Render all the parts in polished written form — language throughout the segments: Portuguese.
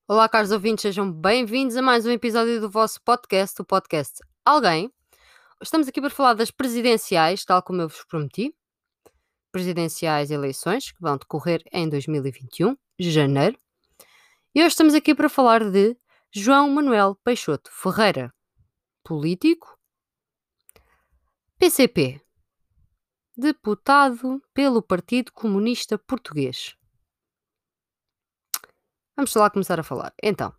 Olá, caros ouvintes, sejam bem-vindos a mais um episódio do vosso podcast, o podcast Alguém. Estamos aqui para falar das presidenciais, tal como eu vos prometi. Presidenciais eleições que vão decorrer em 2021, janeiro. E hoje estamos aqui para falar de João Manuel Peixoto Ferreira, político, PCP, deputado pelo Partido Comunista Português. Vamos lá começar a falar. Então,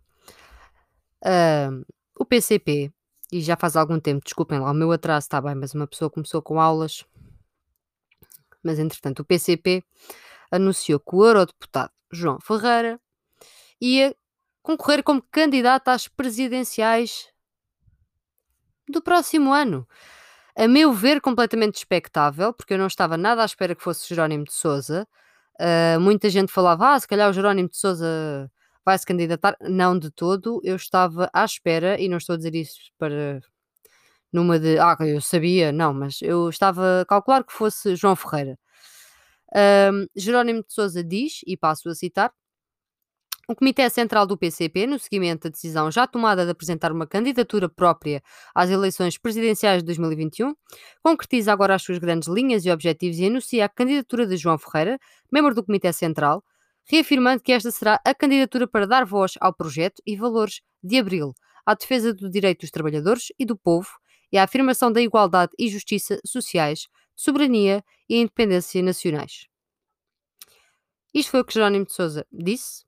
o PCP, e já faz algum tempo, desculpem lá o meu atraso, está bem, mas uma pessoa começou com aulas, mas entretanto o PCP anunciou que o eurodeputado João Ferreira ia concorrer como candidato às presidenciais do próximo ano. A meu ver, completamente expectável, porque eu não estava nada à espera que fosse Jerónimo de Sousa. Muita gente falava, se calhar o Jerónimo de Sousa vai se candidatar. Não de todo, eu estava à espera, e não estou a dizer isso para numa de, eu sabia, não, mas eu estava a calcular que fosse João Ferreira. Jerónimo de Sousa diz, e passo a citar: o Comitê Central do PCP, no seguimento da decisão já tomada de apresentar uma candidatura própria às eleições presidenciais de 2021, concretiza agora as suas grandes linhas e objetivos e anuncia a candidatura de João Ferreira, membro do Comitê Central, reafirmando que esta será a candidatura para dar voz ao projeto e valores de Abril, à defesa do direito dos trabalhadores e do povo e à afirmação da igualdade e justiça sociais, de soberania e independência nacionais. Isto foi o que Jerónimo de Sousa disse.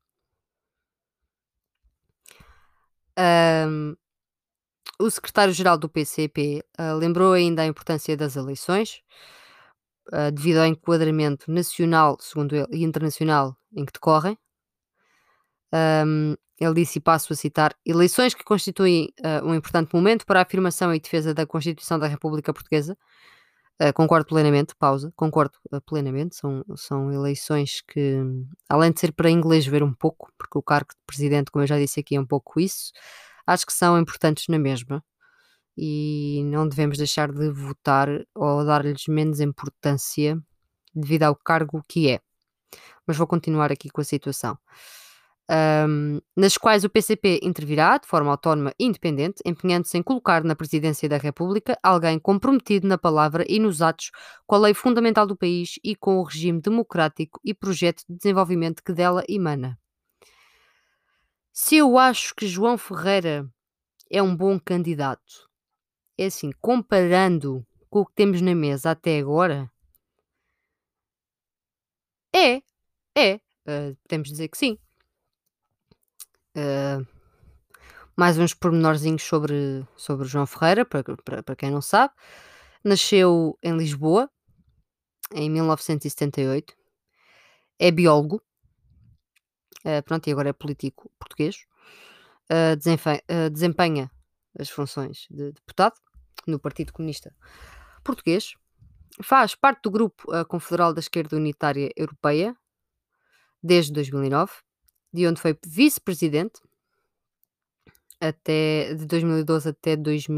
O secretário-geral do PCP lembrou ainda a importância das eleições, devido ao enquadramento nacional, segundo ele, e internacional em que decorrem. Ele disse, e passo a citar: eleições que constituem um importante momento para a afirmação e defesa da Constituição da República Portuguesa. Concordo plenamente, pausa, concordo plenamente, são eleições que, além de ser para inglês ver um pouco, porque o cargo de presidente, como eu já disse aqui, é um pouco isso, acho que são importantes na mesma e não devemos deixar de votar ou dar-lhes menos importância devido ao cargo que é. Mas vou continuar aqui com a situação. Nas quais o PCP intervirá de forma autónoma e independente, empenhando-se em colocar na presidência da República alguém comprometido na palavra e nos atos com a lei fundamental do país e com o regime democrático e projeto de desenvolvimento que dela emana. Se eu acho que João Ferreira é um bom candidato, é assim, comparando com o que temos na mesa até agora, é, podemos dizer que sim. Mais uns pormenorzinhos sobre o João Ferreira, para quem não sabe. Nasceu em Lisboa, em 1978. É biólogo, pronto, e agora é político português. Desempenha as funções de deputado no Partido Comunista Português. Faz parte do grupo confederal da Esquerda Unitária Europeia desde 2009, de onde foi vice-presidente de 2012 até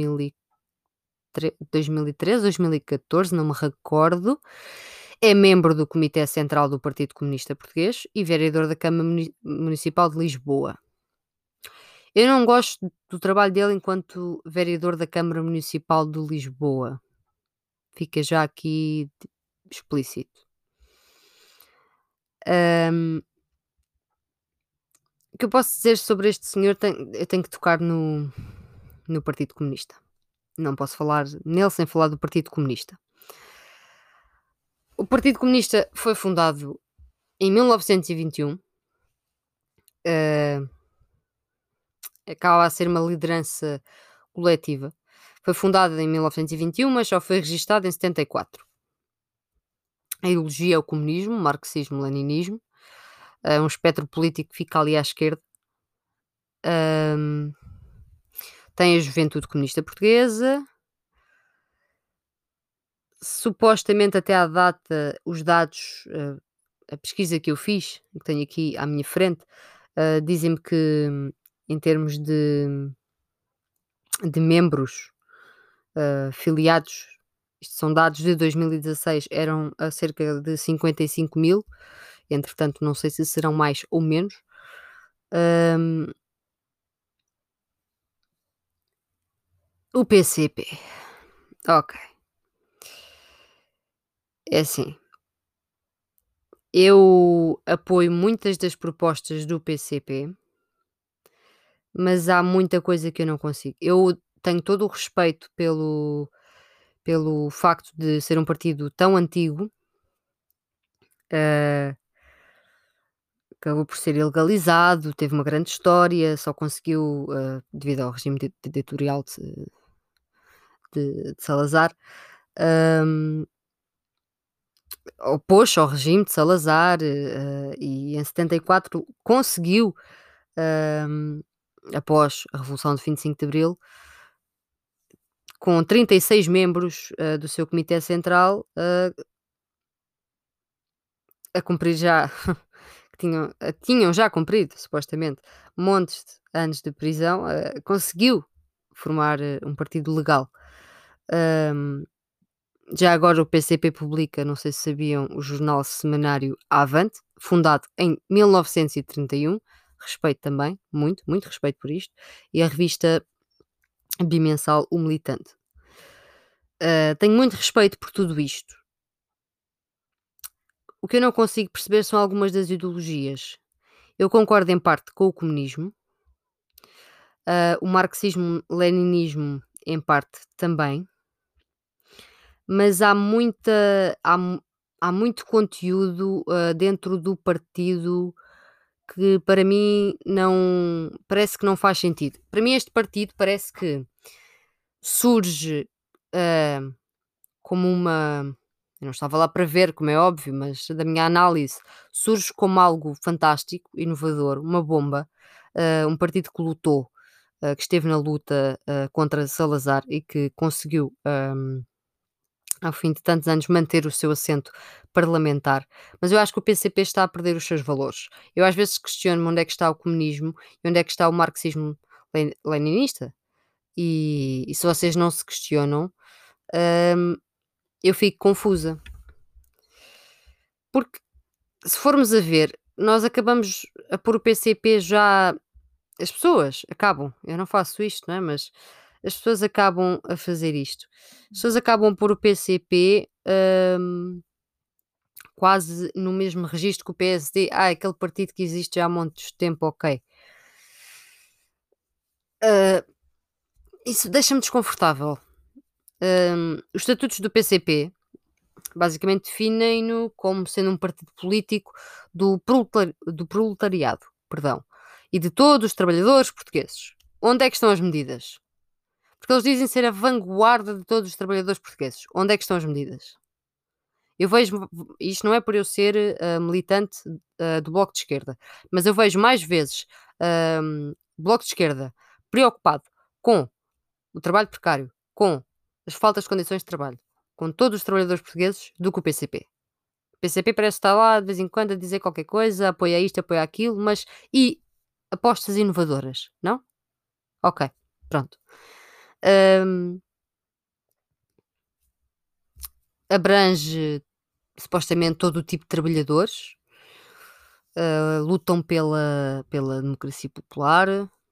2013, 2014, não me recordo. É membro do Comitê Central do Partido Comunista Português e vereador da Câmara Municipal de Lisboa. Eu não gosto do trabalho dele enquanto vereador da Câmara Municipal de Lisboa. Fica já aqui explícito. O que eu posso dizer sobre este senhor, eu tenho que tocar no Partido Comunista. Não posso falar nele sem falar do Partido Comunista. O Partido Comunista foi fundado em 1921. Acaba a ser uma liderança coletiva. Foi fundado em 1921, mas só foi registado em 74. A ideologia é o comunismo, marxismo, leninismo. Um espectro político que fica ali à esquerda. Tem a Juventude Comunista Portuguesa. Supostamente até à data, os dados, a pesquisa que eu fiz, que tenho aqui à minha frente, dizem-me que em termos de membros filiados, isto são dados de 2016, eram a cerca de 55 mil, entretanto não sei se serão mais ou menos. Hum, o PCP. Ok, é assim, eu apoio muitas das propostas do PCP, mas há muita coisa que eu não consigo. Eu tenho todo o respeito pelo facto de ser um partido tão antigo, eh, acabou por ser ilegalizado, teve uma grande história, só conseguiu, devido ao regime ditatorial de Salazar, hum, opôs-se ao regime de Salazar, e em 74 conseguiu, hum, após a Revolução de 25 de Abril, com 36 membros, do seu comitê central, a cumprir já que tinham já cumprido, supostamente, montes de anos de prisão, conseguiu formar, um partido legal. Hum, Já agora o PCP publica, não sei se sabiam, o jornal semanário Avante, fundado em 1931, respeito também, muito, muito respeito por isto, e a revista bimensal O Militante. Tenho muito respeito por tudo isto. O que eu não consigo perceber são algumas das ideologias. Eu concordo em parte com o comunismo, o marxismo-leninismo em parte também, mas há muito conteúdo, dentro do partido que para mim não parece que não faz sentido. Para mim este partido parece que surge, hã, como uma eu não estava lá para ver, como é óbvio, mas da minha análise, surge como algo fantástico, inovador, uma bomba, um partido que lutou, que esteve na luta, contra Salazar e que conseguiu, ao fim de tantos anos, manter o seu assento parlamentar. Mas eu acho que o PCP está a perder os seus valores. Eu às vezes questiono-me onde é que está o comunismo e onde é que está o marxismo leninista. E se vocês não se questionam, hum, eu fico confusa. Porque se formos a ver, nós acabamos a pôr o PCP já as pessoas acabam, eu não faço isto, não é, mas as pessoas acabam a fazer isto. As pessoas acabam por o PCP, quase no mesmo registro que o PSD. Aquele partido que existe já há montes de tempo, ok. Ah, isso deixa-me desconfortável. Os estatutos do PCP basicamente definem-no como sendo um partido político do proletariado, perdão, e de todos os trabalhadores portugueses. Onde é que estão as medidas? Porque eles dizem ser a vanguarda de todos os trabalhadores portugueses. Onde é que estão as medidas? Eu vejo, isto não é por eu ser, militante, do Bloco de Esquerda, mas eu vejo mais vezes, Bloco de Esquerda preocupado com o trabalho precário, com as faltas de condições de trabalho, com todos os trabalhadores portugueses, do que o PCP. O PCP parece estar lá de vez em quando a dizer qualquer coisa, apoia isto, apoia aquilo, mas e apostas inovadoras, não? Ok, pronto. Hum, Abrange supostamente todo o tipo de trabalhadores, lutam pela democracia popular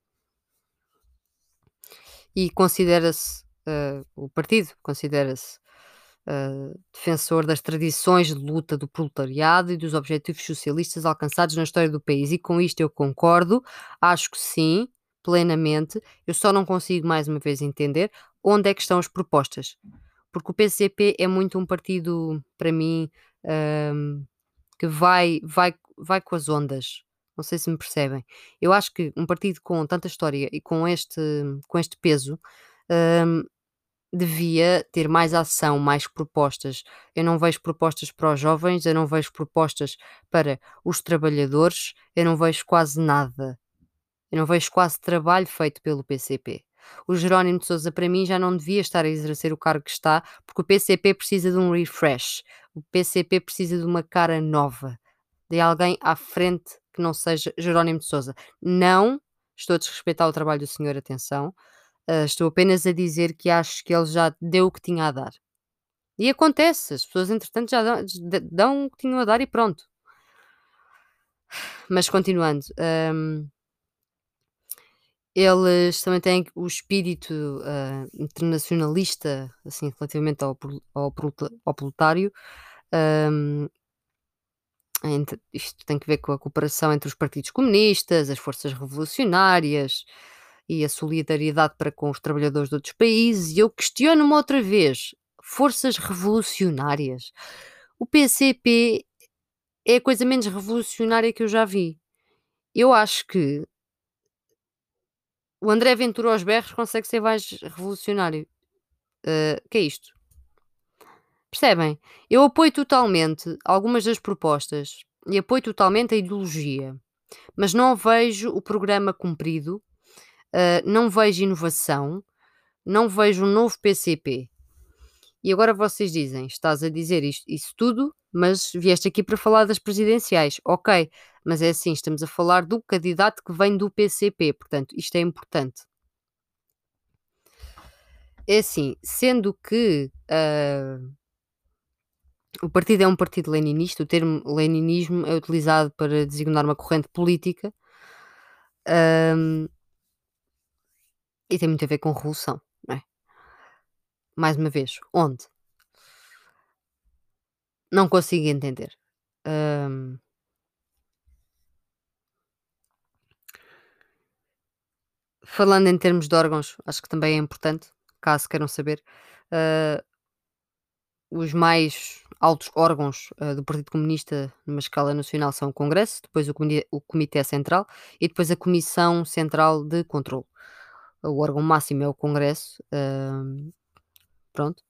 e considera-se, o partido considera-se, defensor das tradições de luta do proletariado e dos objetivos socialistas alcançados na história do país. E com isto eu concordo, acho que sim, plenamente. Eu só não consigo mais uma vez entender onde é que estão as propostas, porque o PCP é muito um partido, para mim, hum, que vai com as ondas. Não sei se me percebem. Eu acho que um partido com tanta história e com este peso, hum, devia ter mais ação, mais propostas. Eu não vejo propostas para os jovens, eu não vejo propostas para os trabalhadores, eu não vejo quase nada. Eu não vejo quase trabalho feito pelo PCP. O Jerónimo de Sousa, para mim, já não devia estar a exercer o cargo que está, porque o PCP precisa de um refresh. O PCP precisa de uma cara nova, de alguém à frente que não seja Jerónimo de Sousa. Não estou a desrespeitar o trabalho do senhor, atenção. Estou apenas a dizer que acho que ele já deu o que tinha a dar. E acontece, as pessoas entretanto já dão o que tinham a dar e pronto. Mas continuando, Eles também têm o espírito, internacionalista, assim, relativamente ao proletário. hum, Isto tem que ver com a cooperação entre os partidos comunistas, as forças revolucionárias e a solidariedade para com os trabalhadores de outros países. E eu questiono-me outra vez: forças revolucionárias? O PCP é a coisa menos revolucionária que eu já vi. Eu acho que o André Ventura aos berros consegue ser mais revolucionário. Que é isto? Percebem? Eu apoio totalmente algumas das propostas e apoio totalmente a ideologia, mas não vejo o programa cumprido, não vejo inovação, não vejo um novo PCP. E agora vocês dizem: estás a dizer isso tudo, mas vieste aqui para falar das presidenciais. Ok, mas é assim, estamos a falar do candidato que vem do PCP, portanto, isto é importante. É assim, sendo que o partido é um partido leninista, o termo leninismo é utilizado para designar uma corrente política, hum, e tem muito a ver com revolução, não é? Mais uma vez, onde? Não consigo entender. Hum, Falando em termos de órgãos, acho que também é importante, caso queiram saber, ah, os mais altos órgãos do Partido Comunista numa escala nacional são o Congresso, depois o Comitê Central e depois a Comissão Central de Controlo. O órgão máximo é o Congresso, pronto.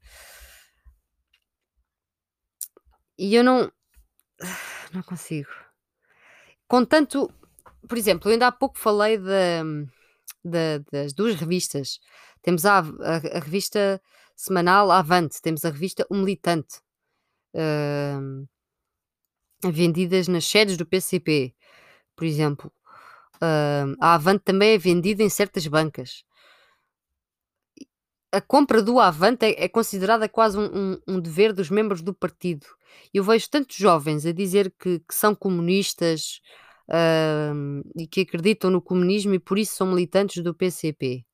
E eu não consigo. Contanto, por exemplo, eu ainda há pouco falei das 2 revistas. Temos a revista semanal Avante, temos a revista O Militante, hã, vendidas nas sedes do PCP, por exemplo. A Avante também é vendida em certas bancas. A compra do Avante é considerada quase um dever dos membros do partido. Eu vejo tantos jovens a dizer que são comunistas, e que acreditam no comunismo e por isso são militantes do PCP.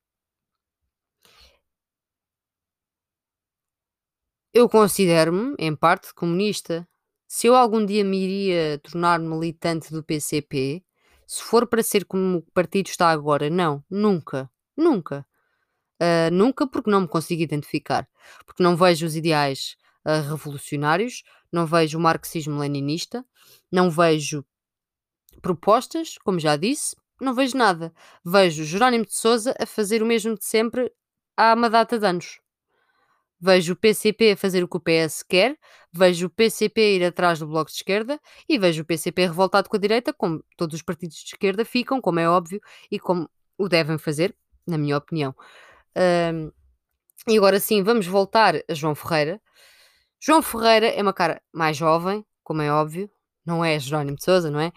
Eu considero-me, em parte, comunista. Se eu algum dia me iria tornar militante do PCP, se for para ser como o partido está agora, não, nunca, nunca. Nunca, porque não me consigo identificar, porque não vejo os ideais, revolucionários, não vejo o marxismo-leninista, não vejo propostas, como já disse, não vejo nada. Vejo Jerónimo de Sousa a fazer o mesmo de sempre há uma data de anos. Vejo o PCP a fazer o que o PS quer, vejo o PCP ir atrás do Bloco de Esquerda e vejo o PCP revoltado com a direita, como todos os partidos de esquerda ficam, como é óbvio, e como o devem fazer, na minha opinião. Hum, e agora sim, vamos voltar a João Ferreira. João Ferreira é uma cara mais jovem, como é óbvio, não é Jerónimo de Sousa, não é?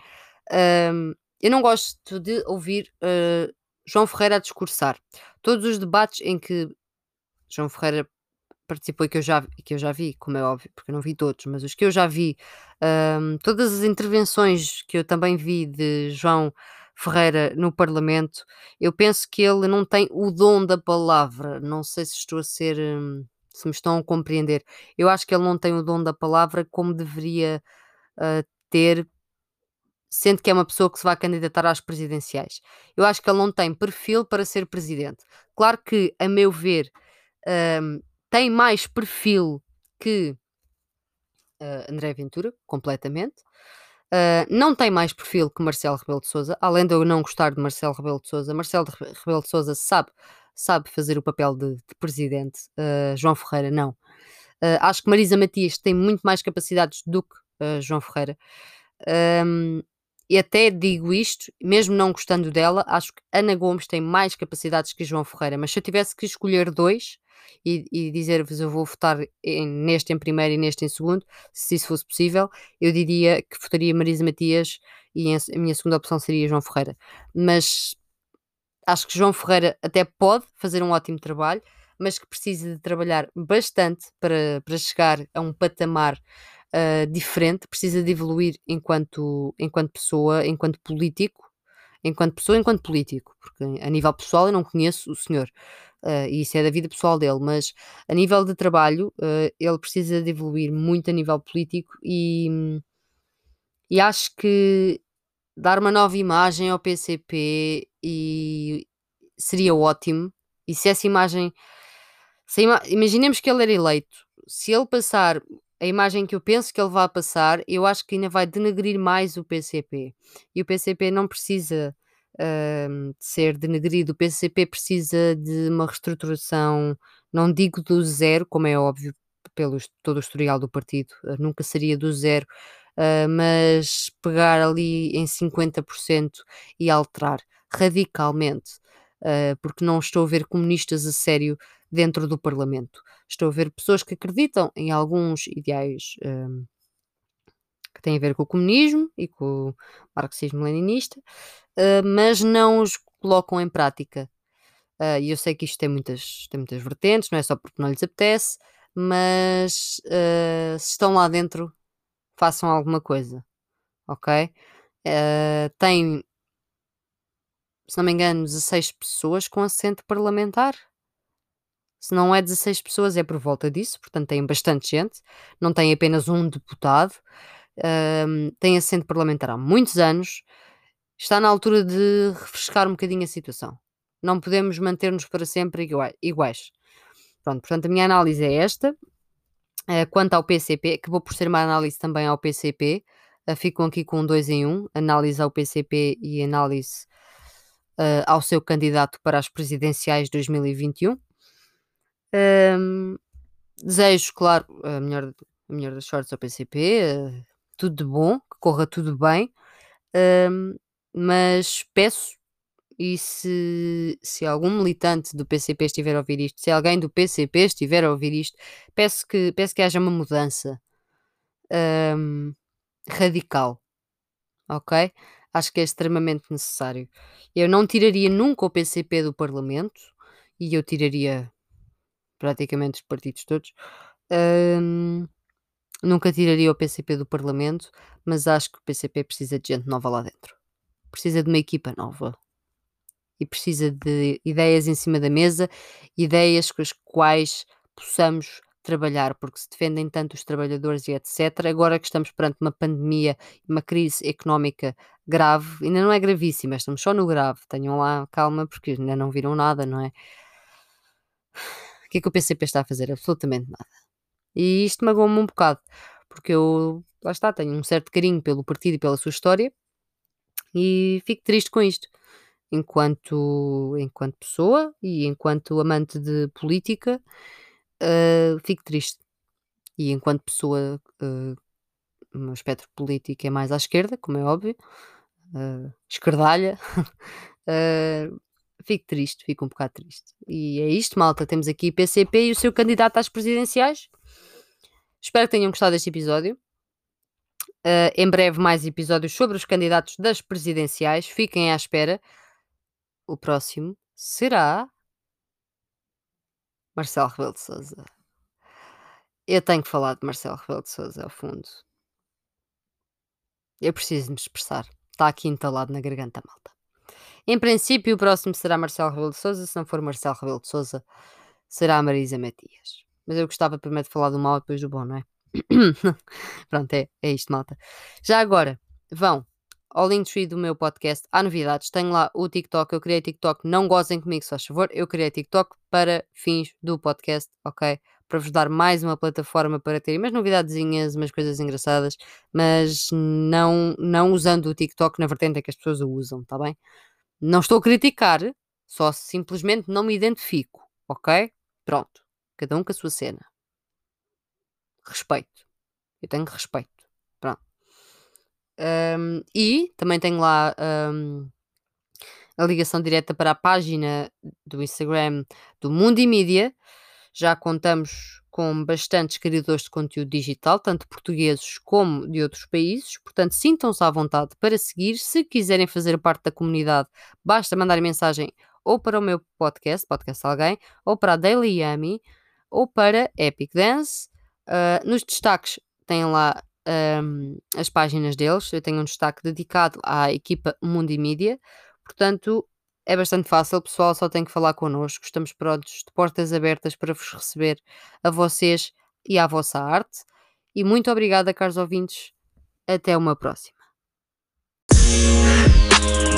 Eu não gosto de ouvir João Ferreira a discursar. Todos os debates em que João Ferreira participou e que eu já vi, como é óbvio, porque eu não vi todos, mas os que eu já vi, todas as intervenções que eu também vi de João Ferreira no Parlamento, eu penso que ele não tem o dom da palavra. Não sei se estou a ser, se me estão a compreender. Eu acho que ele não tem o dom da palavra como deveria ter, sendo que é uma pessoa que se vai candidatar às presidenciais. Eu acho que ele não tem perfil para ser presidente. Claro que, a meu ver, hum, tem mais perfil que André Ventura, completamente. Não tem mais perfil que Marcelo Rebelo de Sousa, além de eu não gostar de Marcelo Rebelo de Sousa. Rebelo de Sousa sabe fazer o papel de presidente. João Ferreira, não. Acho que Marisa Matias tem muito mais capacidades do que João Ferreira. Hum, e até digo isto, mesmo não gostando dela, acho que Ana Gomes tem mais capacidades que João Ferreira. Mas se eu tivesse que escolher dois e dizer-vos eu vou votar neste em primeiro e neste em segundo, se isso fosse possível, eu diria que votaria Marisa Matias e a minha segunda opção seria João Ferreira. Mas acho que João Ferreira até pode fazer um ótimo trabalho, mas que precisa de trabalhar bastante para chegar a um patamar diferente, precisa de evoluir enquanto pessoa, enquanto político, enquanto pessoa, enquanto político, porque a nível pessoal eu não conheço o senhor, e isso é da vida pessoal dele, mas a nível de trabalho, ele precisa de evoluir muito a nível político e acho que dar uma nova imagem ao PCP seria ótimo, e se essa imagem se a imaginemos que ele era eleito, se ele passar a imagem que eu penso que ele vai passar, eu acho que ainda vai denegrir mais o PCP. E o PCP não precisa, de ser denegrido, o PCP precisa de uma reestruturação, não digo do zero, como é óbvio pelo todo o historial do partido, nunca seria do zero, mas pegar ali em 50% e alterar radicalmente, porque não estou a ver comunistas a sério dentro do Parlamento. Estou a ver pessoas que acreditam em alguns ideais, que têm a ver com o comunismo e com o marxismo-leninista, mas não os colocam em prática. E eu sei que isto tem muitas vertentes, não é só porque não lhes apetece, mas, se estão lá dentro, façam alguma coisa, ok? Tem, se não me engano, 16 pessoas com assento parlamentar. Se não é 16 pessoas, é por volta disso, portanto tem bastante gente, não tem apenas um deputado, tem assento parlamentar há muitos anos, está na altura de refrescar um bocadinho a situação. Não podemos manter-nos para sempre iguais. Pronto, portanto a minha análise é esta. Quanto ao PCP, que vou por ser uma análise também ao PCP, ficam aqui com um 2 em 1, análise ao PCP e análise, ao seu candidato para as presidenciais de 2021. Hum, Desejo, claro, a melhor das sortes ao PCP, tudo de bom, que corra tudo bem, hum, mas peço, e se algum militante do PCP estiver a ouvir isto, se alguém do PCP estiver a ouvir isto, peço que haja uma mudança, hum, radical, ok? Acho que é extremamente necessário. Eu não tiraria nunca o PCP do Parlamento, e eu tiraria praticamente os partidos todos. Hum, Nunca tiraria o PCP do Parlamento, mas acho que o PCP precisa de gente nova lá dentro. Precisa de uma equipa nova e precisa de ideias em cima da mesa, ideias com as quais possamos trabalhar, porque se defendem tanto os trabalhadores e etc. Agora que estamos perante uma pandemia, uma crise económica grave, ainda não é gravíssima, estamos só no grave. Tenham lá calma, porque ainda não viram nada, não é? O que é que o PCP está a fazer? Absolutamente nada. E isto magoa-me um bocado, porque eu, lá está, tenho um certo carinho pelo partido e pela sua história e fico triste com isto. Enquanto pessoa e enquanto amante de política, fico triste. E enquanto pessoa, o meu espectro político é mais à esquerda, como é óbvio, esquerdalha, eh, fico triste, fico um bocado triste. E é isto, malta. Temos aqui PCP e o seu candidato às presidenciais. Espero que tenham gostado deste episódio. Em breve mais episódios sobre os candidatos das presidenciais. Fiquem à espera. O próximo será Marcelo Rebelo de Sousa. Eu tenho que falar de Marcelo Rebelo de Sousa ao fundo. Eu preciso me expressar. Está aqui entalado na garganta, malta. Em princípio, o próximo será Marcelo Rebelo de Sousa. Se não for Marcelo Rebelo de Sousa, será a Marisa Matias. Mas eu gostava primeiro de falar do mal e depois do bom, não é? Pronto, é isto, malta. Já agora, vão ao Linktree do meu podcast. Há novidades. Tenho lá o TikTok. Eu criei TikTok. Não gozem comigo, se faz favor. Eu criei TikTok para fins do podcast, ok? Para vos dar mais uma plataforma para terem umas novidadezinhas, umas coisas engraçadas, mas não usando o TikTok na vertente em que as pessoas o usam, tá bem? Não estou a criticar, só simplesmente não me identifico, ok? Pronto. Cada um com a sua cena. Respeito. Eu tenho respeito. Pronto. E também tenho lá a ligação direta para a página do Instagram do Mundo Mídia. Já contamos com bastantes criadores de conteúdo digital, tanto portugueses como de outros países, portanto sintam-se à vontade para seguir. Se quiserem fazer parte da comunidade, basta mandar mensagem ou para o meu podcast Alguém, ou para a Daily Yummy, ou para Epic Dance. Nos destaques têm lá as páginas deles. Eu tenho um destaque dedicado à equipa Mundo Mídia, Portanto, é bastante fácil, pessoal, só tem que falar connosco. Estamos prontos, de portas abertas para vos receber a vocês e à vossa arte. E muito obrigada, caros ouvintes. Até uma próxima.